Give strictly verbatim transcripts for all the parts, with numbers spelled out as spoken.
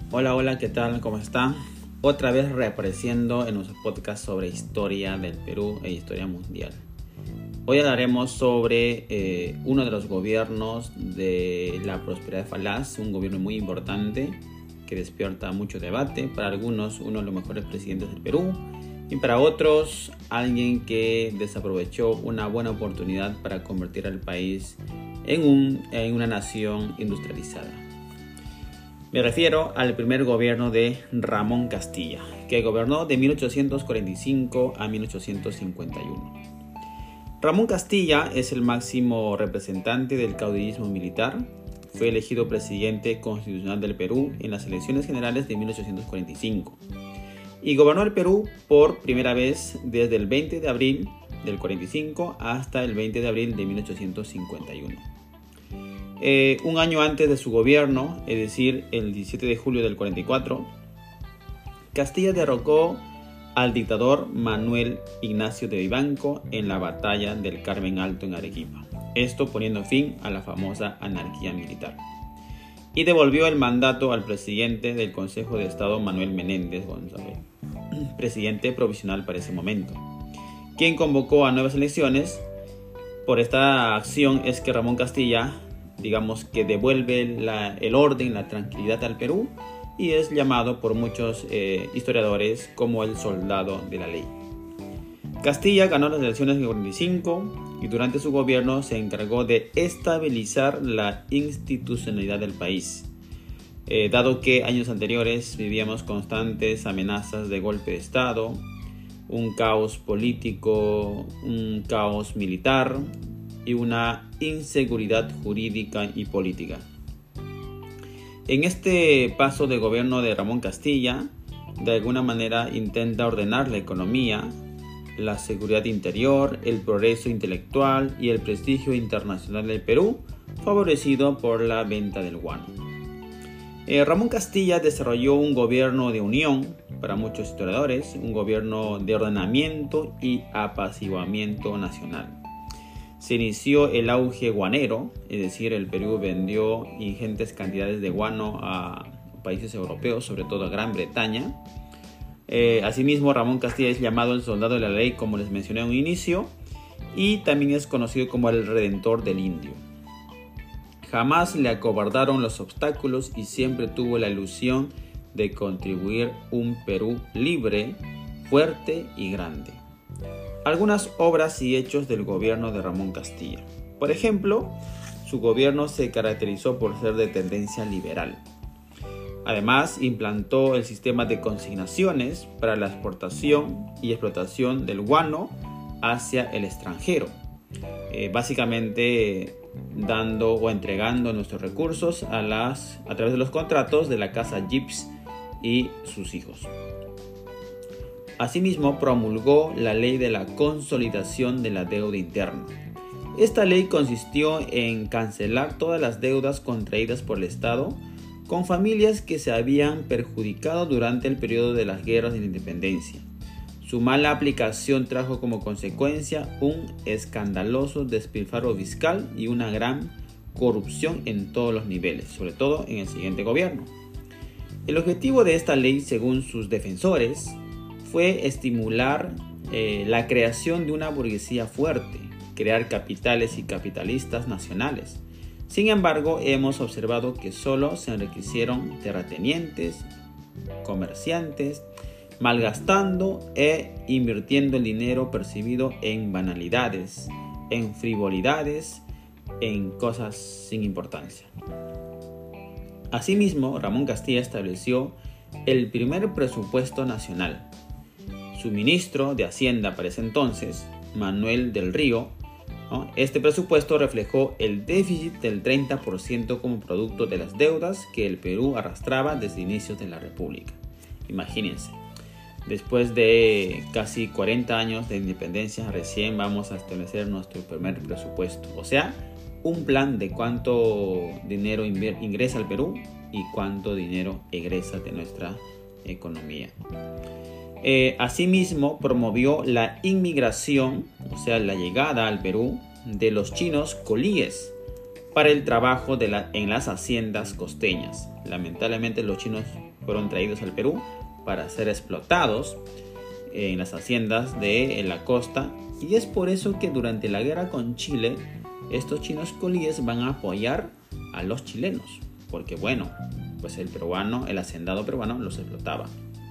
Hola, hola, ¿qué tal? ¿Cómo están? Otra vez reapareciendo en nuestro podcast sobre historia del Perú e historia mundial. Hoy hablaremos sobre eh, uno de los gobiernos de la prosperidad falaz, un gobierno muy importante que despierta mucho debate. Para algunos, uno de los mejores presidentes del Perú, y para otros, alguien que desaprovechó una buena oportunidad para convertir al país en, un, en una nación industrializada. Me refiero al primer gobierno de Ramón Castilla, que gobernó de mil ochocientos cuarenta y cinco a mil ochocientos cincuenta y uno. Ramón Castilla es el máximo representante del caudillismo militar. Fue elegido presidente constitucional del Perú en las elecciones generales de mil ochocientos cuarenta y cinco y gobernó el Perú por primera vez desde el veinte de abril del cuarenta y cinco hasta el veinte de abril de mil ochocientos cincuenta y uno. Eh, un año antes de su gobierno, es decir, el diecisiete de julio del cuarenta y cuatro, Castilla derrocó al dictador Manuel Ignacio de Vivanco en la batalla del Carmen Alto en Arequipa, esto poniendo fin a la famosa anarquía militar, y devolvió el mandato al presidente del Consejo de Estado, Manuel Menéndez González, presidente provisional para ese momento, quien convocó a nuevas elecciones. Por esta acción es que Ramón Castilla, digamos que devuelve la, el orden, la tranquilidad al Perú, y es llamado por muchos eh, historiadores como el soldado de la ley. Castilla ganó las elecciones en el cuarenta y cinco y durante su gobierno se encargó de estabilizar la institucionalidad del país, eh, dado que años anteriores vivíamos constantes amenazas de golpe de Estado, un caos político, un caos militar y una inseguridad jurídica y política. En este paso de gobierno de Ramón Castilla, de alguna manera intenta ordenar la economía, la seguridad interior, el progreso intelectual y el prestigio internacional del Perú, favorecido por la venta del guano. Eh, Ramón Castilla desarrolló un gobierno de unión, para muchos historiadores, un gobierno de ordenamiento y apaciguamiento nacional. Se inició el auge guanero, es decir, el Perú vendió ingentes cantidades de guano a países europeos, sobre todo a Gran Bretaña. Eh, asimismo, Ramón Castilla es llamado el soldado de la ley, como les mencioné en un inicio, y también es conocido como el redentor del indio. Jamás le acobardaron los obstáculos y siempre tuvo la ilusión de contribuir un Perú libre, fuerte y grande. Algunas obras y hechos del gobierno de Ramón Castilla. Por ejemplo, su gobierno se caracterizó por ser de tendencia liberal. Además, implantó el sistema de consignaciones para la exportación y explotación del guano hacia el extranjero, eh, básicamente dando o entregando nuestros recursos a, las, a través de los contratos de la casa Gibbs y sus hijos. Asimismo, promulgó la ley de la consolidación de la deuda interna. Esta ley consistió en cancelar todas las deudas contraídas por el Estado con familias que se habían perjudicado durante el periodo de las guerras de la independencia. Su mala aplicación trajo como consecuencia un escandaloso despilfarro fiscal y una gran corrupción en todos los niveles, sobre todo en el siguiente gobierno. El objetivo de esta ley, según sus defensores, fue estimular eh, la creación de una burguesía fuerte, crear capitales y capitalistas nacionales. Sin embargo, hemos observado que solo se enriquecieron terratenientes, comerciantes, malgastando e invirtiendo el dinero percibido en banalidades, en frivolidades, en cosas sin importancia. Asimismo, Ramón Castilla estableció el primer presupuesto nacional. Su ministro de Hacienda para ese entonces, Manuel del Río, ¿no? Este presupuesto reflejó el déficit del treinta por ciento como producto de las deudas que el Perú arrastraba desde inicios de la República. Imagínense, después de casi cuarenta años de independencia, recién vamos a establecer nuestro primer presupuesto. O sea, un plan de cuánto dinero ingresa al Perú y cuánto dinero egresa de nuestra economía. Eh, asimismo, promovió la inmigración, o sea, la llegada al Perú de los chinos colíes para el trabajo de la, en las haciendas costeñas. Lamentablemente los chinos fueron traídos al Perú para ser explotados en las haciendas de la costa, y es por eso que durante la guerra con Chile estos chinos colíes van a apoyar a los chilenos, porque bueno, pues el peruano, el hacendado peruano los explotaba.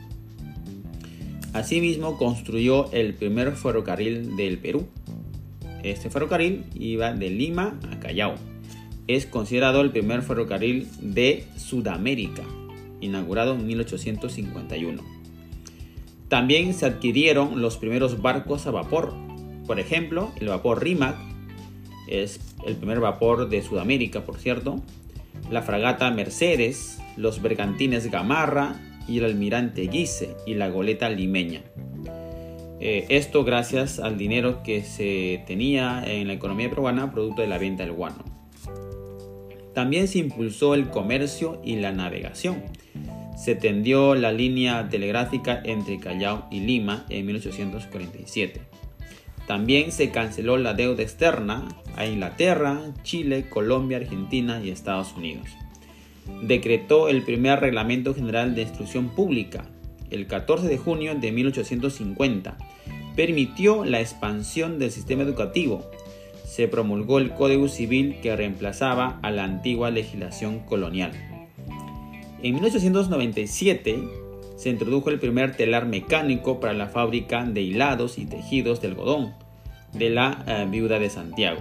Asimismo construyó el primer ferrocarril del Perú. Este ferrocarril iba de Lima a Callao. Es considerado el primer ferrocarril de Sudamérica, inaugurado en mil ochocientos cincuenta y uno. También se adquirieron los primeros barcos a vapor. Por ejemplo, el vapor Rímac es el primer vapor de Sudamérica, por cierto. La fragata Mercedes, los bergantines Gamarra y el almirante Guise y la goleta Limeña. Eh, esto gracias al dinero que se tenía en la economía peruana producto de la venta del guano. También se impulsó el comercio y la navegación. Se tendió la línea telegráfica entre Callao y Lima en mil ochocientos cuarenta y siete. También se canceló la deuda externa a Inglaterra, Chile, Colombia, Argentina y Estados Unidos. Decretó el primer Reglamento General de Instrucción Pública el catorce de junio de mil ochocientos cincuenta. Permitió la expansión del sistema educativo. Se promulgó el Código Civil que reemplazaba a la antigua legislación colonial. En mil ochocientos noventa y siete se introdujo el primer telar mecánico para la fábrica de hilados y tejidos de algodón de la eh, Viuda de Santiago.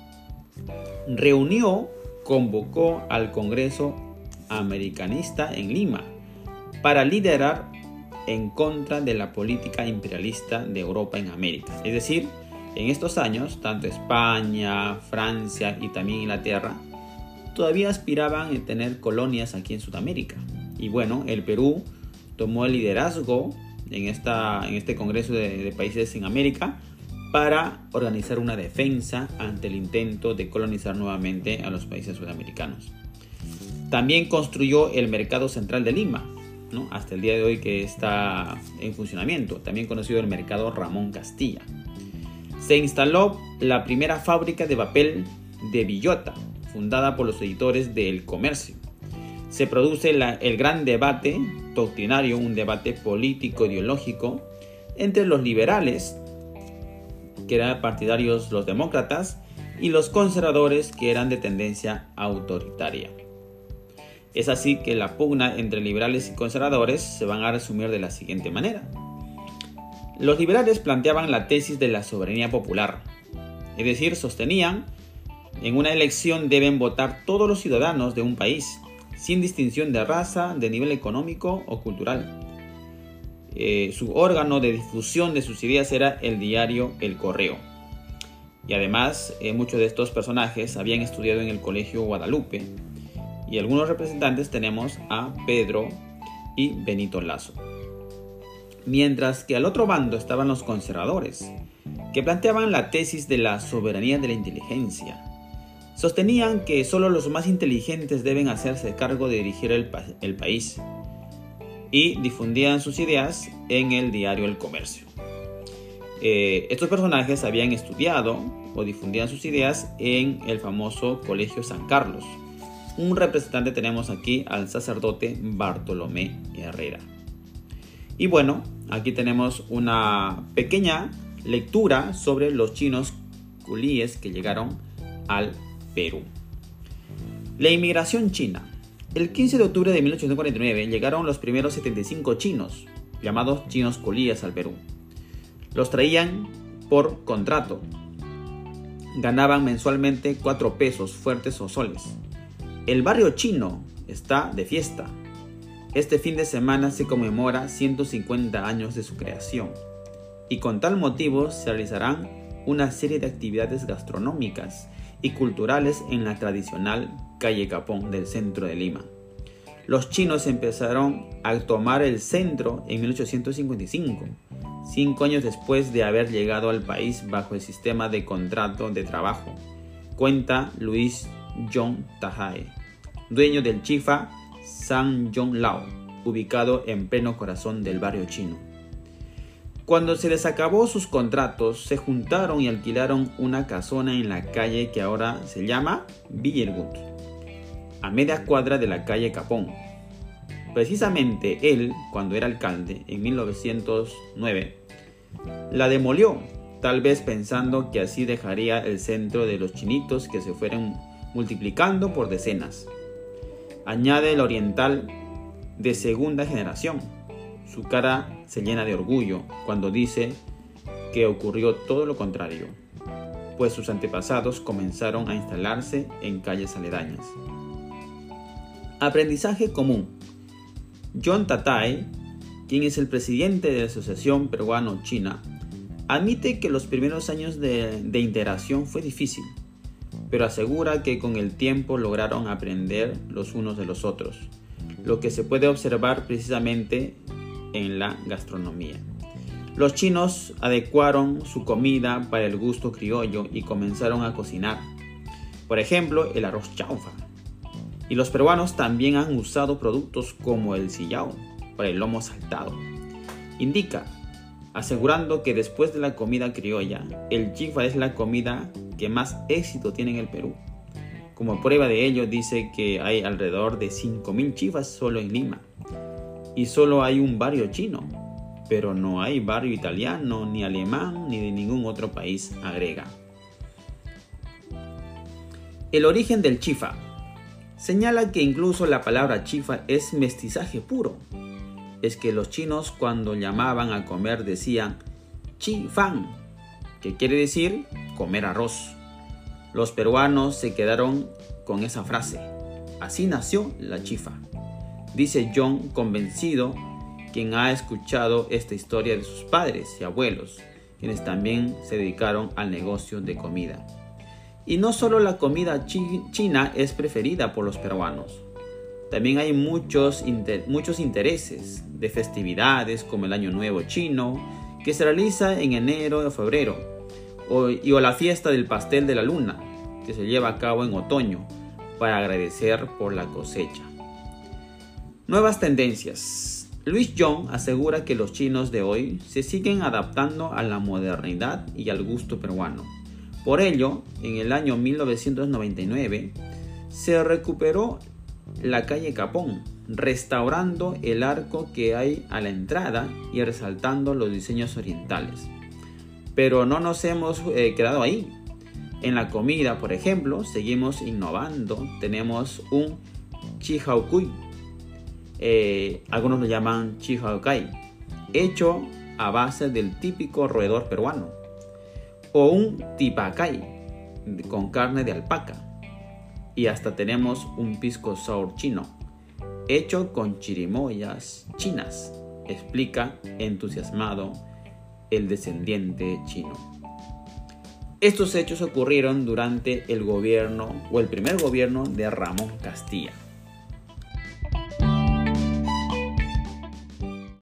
Reunió, convocó al Congreso Americanista en Lima para liderar en contra de la política imperialista de Europa en América. Es decir, en estos años, tanto España, Francia y también Inglaterra todavía aspiraban a tener colonias aquí en Sudamérica. Y bueno, el Perú tomó el liderazgo en, esta, en este Congreso de, de Países en América para organizar una defensa ante el intento de colonizar nuevamente a los países sudamericanos. También construyó el Mercado Central de Lima, ¿no? Hasta el día de hoy que está en funcionamiento, también conocido el Mercado Ramón Castilla. Se instaló la primera fábrica de papel de Villota, fundada por los editores de El Comercio. Se produce la, el gran debate doctrinario, un debate político-ideológico entre los liberales, que eran partidarios los demócratas, y los conservadores, que eran de tendencia autoritaria. Es así que la pugna entre liberales y conservadores se van a resumir de la siguiente manera. Los liberales planteaban la tesis de la soberanía popular, es decir, sostenían en una elección deben votar todos los ciudadanos de un país, sin distinción de raza, de nivel económico o cultural. Eh, su órgano de difusión de sus ideas era el diario El Correo. Y además, eh, muchos de estos personajes habían estudiado en el Colegio Guadalupe. Y algunos representantes tenemos a Pedro y Benito Lazo. Mientras que al otro bando estaban los conservadores, que planteaban la tesis de la soberanía de la inteligencia. Sostenían que solo los más inteligentes deben hacerse cargo de dirigir el, pa- el país, y difundían sus ideas en el diario El Comercio. Eh, estos personajes habían estudiado o difundían sus ideas en el famoso Colegio San Carlos. Un representante tenemos aquí al sacerdote Bartolomé Herrera. Y bueno, aquí tenemos una pequeña lectura sobre los chinos culíes que llegaron al Perú. La inmigración china. El quince de octubre de mil ochocientos cuarenta y nueve llegaron los primeros setenta y cinco chinos, llamados chinos colíes, al Perú. Los traían por contrato. Ganaban mensualmente cuatro pesos fuertes o soles. El barrio chino está de fiesta. Este fin de semana se conmemora ciento cincuenta años de su creación, y con tal motivo se realizarán una serie de actividades gastronómicas y culturales en la tradicional calle Capón del centro de Lima. Los chinos empezaron a tomar el centro en mil ochocientos cincuenta y cinco, cinco años después de haber llegado al país bajo el sistema de contrato de trabajo, cuenta Luis John Tahae, dueño del Chifa San John Lao, ubicado en pleno corazón del barrio chino. Cuando se les acabó sus contratos, se juntaron y alquilaron una casona en la calle que ahora se llama Villergut, a media cuadra de la calle Capón. Precisamente él, cuando era alcalde en mil novecientos nueve, la demolió, tal vez pensando que así dejaría el centro de los chinitos que se fueran multiplicando por decenas. Añade el oriental de segunda generación. Su cara se llena de orgullo cuando dice que ocurrió todo lo contrario, pues sus antepasados comenzaron a instalarse en calles aledañas. Aprendizaje común. John Tatay, quien es el presidente de la Asociación Peruano-China, admite que los primeros años de, de integración fue difícil, pero asegura que con el tiempo lograron aprender los unos de los otros, lo que se puede observar precisamente en la gastronomía. Los chinos adecuaron su comida para el gusto criollo y comenzaron a cocinar, por ejemplo, el arroz chaufa. Y los peruanos también han usado productos como el sillao para el lomo saltado. Indica, asegurando que después de la comida criolla, el chifa es la comida que más éxito tiene en el Perú. Como prueba de ello, dice que hay alrededor de cinco mil chifas solo en Lima. Y solo hay un barrio chino, pero no hay barrio italiano, ni alemán, ni de ningún otro país, agrega. El origen del chifa. Señala que incluso la palabra chifa es mestizaje puro. Es que los chinos cuando llamaban a comer decían chi fan, que quiere decir comer arroz. Los peruanos se quedaron con esa frase. Así nació la chifa, dice John, convencido, quien ha escuchado esta historia de sus padres y abuelos, quienes también se dedicaron al negocio de comida. Y no solo la comida chi- china es preferida por los peruanos. También hay muchos, inter- muchos intereses de festividades como el Año Nuevo Chino, que se realiza en enero o febrero, o, y, o la fiesta del pastel de la luna, que se lleva a cabo en otoño, para agradecer por la cosecha. Nuevas tendencias. Louis John asegura que los chinos de hoy se siguen adaptando a la modernidad y al gusto peruano. Por ello, en el año mil novecientos noventa y nueve, se recuperó la calle Capón, restaurando el arco que hay a la entrada y resaltando los diseños orientales. Pero no nos hemos eh, quedado ahí. En la comida, por ejemplo, seguimos innovando. Tenemos un chihaocuy, eh, algunos lo llaman chihaocay, hecho a base del típico roedor peruano, o un tipacay con carne de alpaca, y hasta tenemos un pisco sour chino hecho con chirimoyas chinas, explica entusiasmado el descendiente chino. Estos hechos ocurrieron durante el gobierno o el primer gobierno de Ramón Castilla.